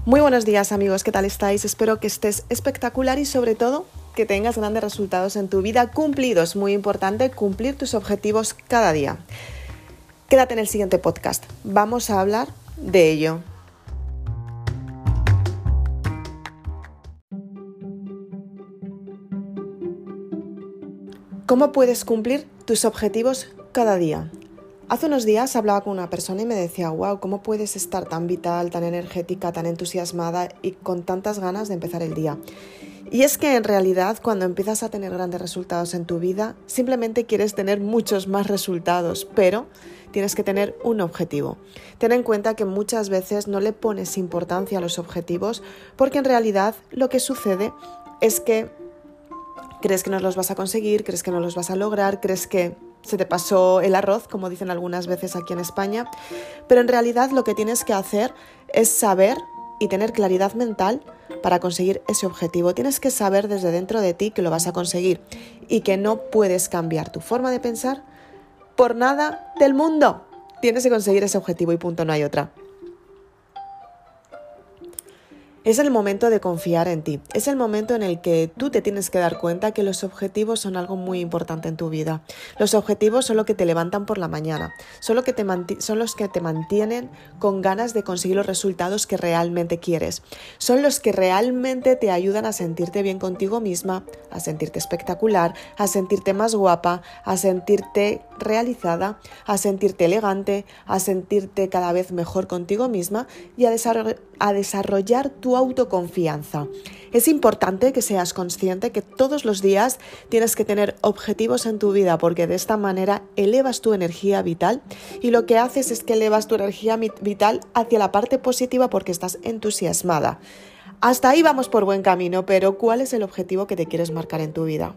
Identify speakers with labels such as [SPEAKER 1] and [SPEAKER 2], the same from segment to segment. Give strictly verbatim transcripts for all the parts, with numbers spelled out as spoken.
[SPEAKER 1] Muy buenos días amigos, ¿qué tal estáis? Espero que estés espectacular y sobre todo que tengas grandes resultados en tu vida cumplidos. Muy importante cumplir tus objetivos cada día. Quédate en el siguiente podcast, vamos a hablar de ello. ¿Cómo puedes cumplir tus objetivos cada día? Hace unos días hablaba con una persona y me decía, wow, ¿cómo puedes estar tan vital, tan energética, tan entusiasmada y con tantas ganas de empezar el día? Y es que en realidad cuando empiezas a tener grandes resultados en tu vida, simplemente quieres tener muchos más resultados, pero tienes que tener un objetivo. Ten en cuenta que muchas veces no le pones importancia a los objetivos porque en realidad lo que sucede es que crees que no los vas a conseguir, crees que no los vas a lograr, crees que se te pasó el arroz, como dicen algunas veces aquí en España, pero en realidad lo que tienes que hacer es saber y tener claridad mental para conseguir ese objetivo. Tienes que saber desde dentro de ti que lo vas a conseguir y que no puedes cambiar tu forma de pensar por nada del mundo. Tienes que conseguir ese objetivo y punto, no hay otra. Es el momento de confiar en ti. Es el momento en el que tú te tienes que dar cuenta que los objetivos son algo muy importante en tu vida. Los objetivos son lo que te levantan por la mañana, son, lo que te manti- son los que te mantienen con ganas de conseguir los resultados que realmente quieres. Son los que realmente te ayudan a sentirte bien contigo misma, a sentirte espectacular, a sentirte más guapa, a sentirte realizada, a sentirte elegante, a sentirte cada vez mejor contigo misma y a, desarroll- a desarrollar tu autoconfianza. Es importante que seas consciente que todos los días tienes que tener objetivos en tu vida porque de esta manera elevas tu energía vital y lo que haces es que elevas tu energía vital hacia la parte positiva porque estás entusiasmada. Hasta ahí vamos por buen camino, pero ¿cuál es el objetivo que te quieres marcar en tu vida?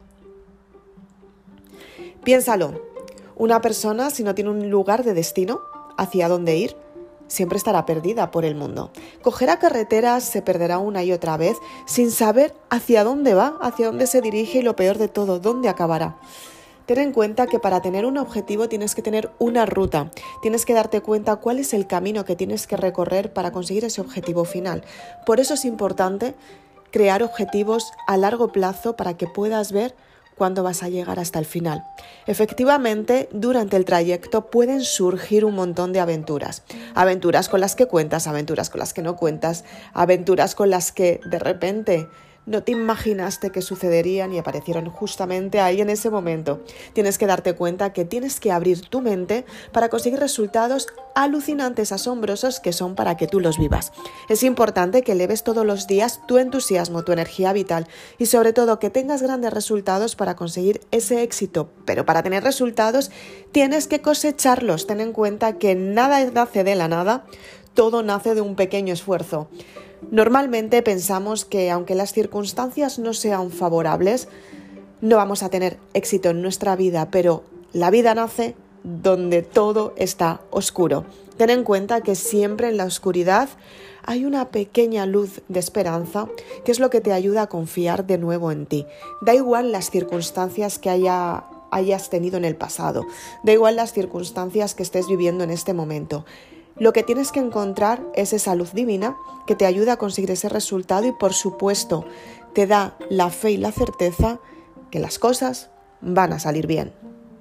[SPEAKER 1] Piénsalo, una persona si no tiene un lugar de destino hacia dónde ir, siempre estará perdida por el mundo. Cogerá carreteras, se perderá una y otra vez sin saber hacia dónde va, hacia dónde se dirige y lo peor de todo, dónde acabará. Ten en cuenta que para tener un objetivo tienes que tener una ruta, tienes que darte cuenta cuál es el camino que tienes que recorrer para conseguir ese objetivo final. Por eso es importante crear objetivos a largo plazo para que puedas ver cuándo vas a llegar hasta el final. Efectivamente, durante el trayecto pueden surgir un montón de aventuras. Aventuras con las que cuentas, aventuras con las que no cuentas, aventuras con las que de repente no te imaginaste que sucederían y aparecieron justamente ahí en ese momento. Tienes que darte cuenta que tienes que abrir tu mente para conseguir resultados alucinantes, asombrosos, que son para que tú los vivas. Es importante que eleves todos los días tu entusiasmo, tu energía vital y sobre todo que tengas grandes resultados para conseguir ese éxito. Pero para tener resultados tienes que cosecharlos. Ten en cuenta que nada nace de la nada, todo nace de un pequeño esfuerzo. Normalmente pensamos que aunque las circunstancias no sean favorables, no vamos a tener éxito en nuestra vida, pero la vida nace donde todo está oscuro. Ten en cuenta que siempre en la oscuridad hay una pequeña luz de esperanza que es lo que te ayuda a confiar de nuevo en ti. Da igual las circunstancias que haya, hayas tenido en el pasado, da igual las circunstancias que estés viviendo en este momento. Lo que tienes que encontrar es esa luz divina que te ayuda a conseguir ese resultado y, por supuesto, te da la fe y la certeza que las cosas van a salir bien.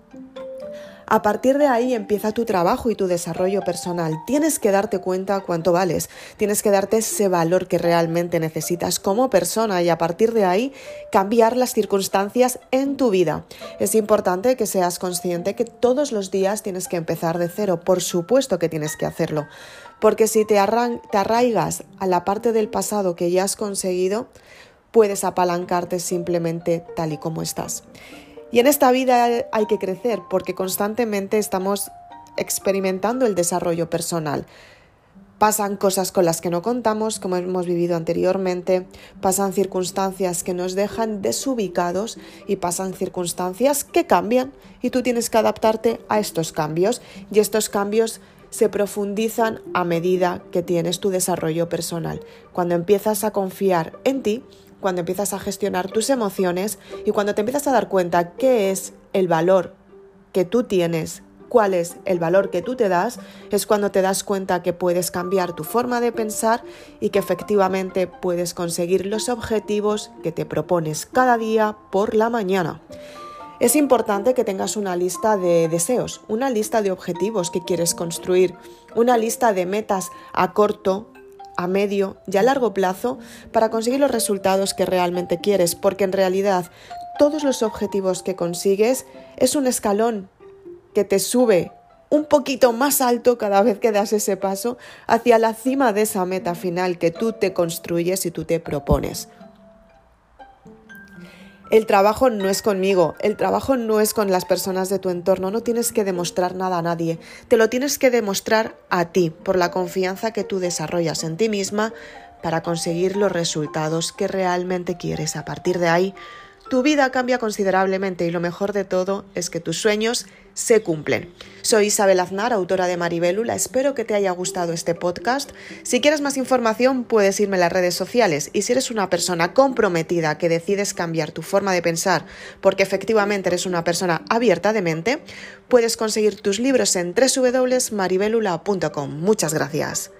[SPEAKER 1] A partir de ahí empieza tu trabajo y tu desarrollo personal. Tienes que darte cuenta cuánto vales, tienes que darte ese valor que realmente necesitas como persona y a partir de ahí cambiar las circunstancias en tu vida. Es importante que seas consciente que todos los días tienes que empezar de cero. Por supuesto que tienes que hacerlo, porque si te, arran- te arraigas a la parte del pasado que ya has conseguido, puedes apalancarte simplemente tal y como estás. Y en esta vida hay que crecer porque constantemente estamos experimentando el desarrollo personal. Pasan cosas con las que no contamos, como hemos vivido anteriormente, pasan circunstancias que nos dejan desubicados y pasan circunstancias que cambian y tú tienes que adaptarte a estos cambios y estos cambios se profundizan a medida que tienes tu desarrollo personal. Cuando empiezas a confiar en ti, cuando empiezas a gestionar tus emociones y cuando te empiezas a dar cuenta qué es el valor que tú tienes cuál es el valor que tú te das, es cuando te das cuenta que puedes cambiar tu forma de pensar y que efectivamente puedes conseguir los objetivos que te propones cada día por la mañana. Es importante que tengas una lista de deseos, una lista de objetivos que quieres construir, una lista de metas a corto, a medio y a largo plazo para conseguir los resultados que realmente quieres, porque en realidad todos los objetivos que consigues es un escalón que te sube un poquito más alto cada vez que das ese paso hacia la cima de esa meta final que tú te construyes y tú te propones. El trabajo no es conmigo, el trabajo no es con las personas de tu entorno, no tienes que demostrar nada a nadie, te lo tienes que demostrar a ti por la confianza que tú desarrollas en ti misma para conseguir los resultados que realmente quieres. A partir de ahí, tu vida cambia considerablemente y lo mejor de todo es que tus sueños se cumplen. Soy Isabel Aznar, autora de Maribélula. Espero que te haya gustado este podcast. Si quieres más información, puedes irme a las redes sociales. Y si eres una persona comprometida que decides cambiar tu forma de pensar porque efectivamente eres una persona abierta de mente, puedes conseguir tus libros en doble u doble u doble u punto maribélula punto com. Muchas gracias.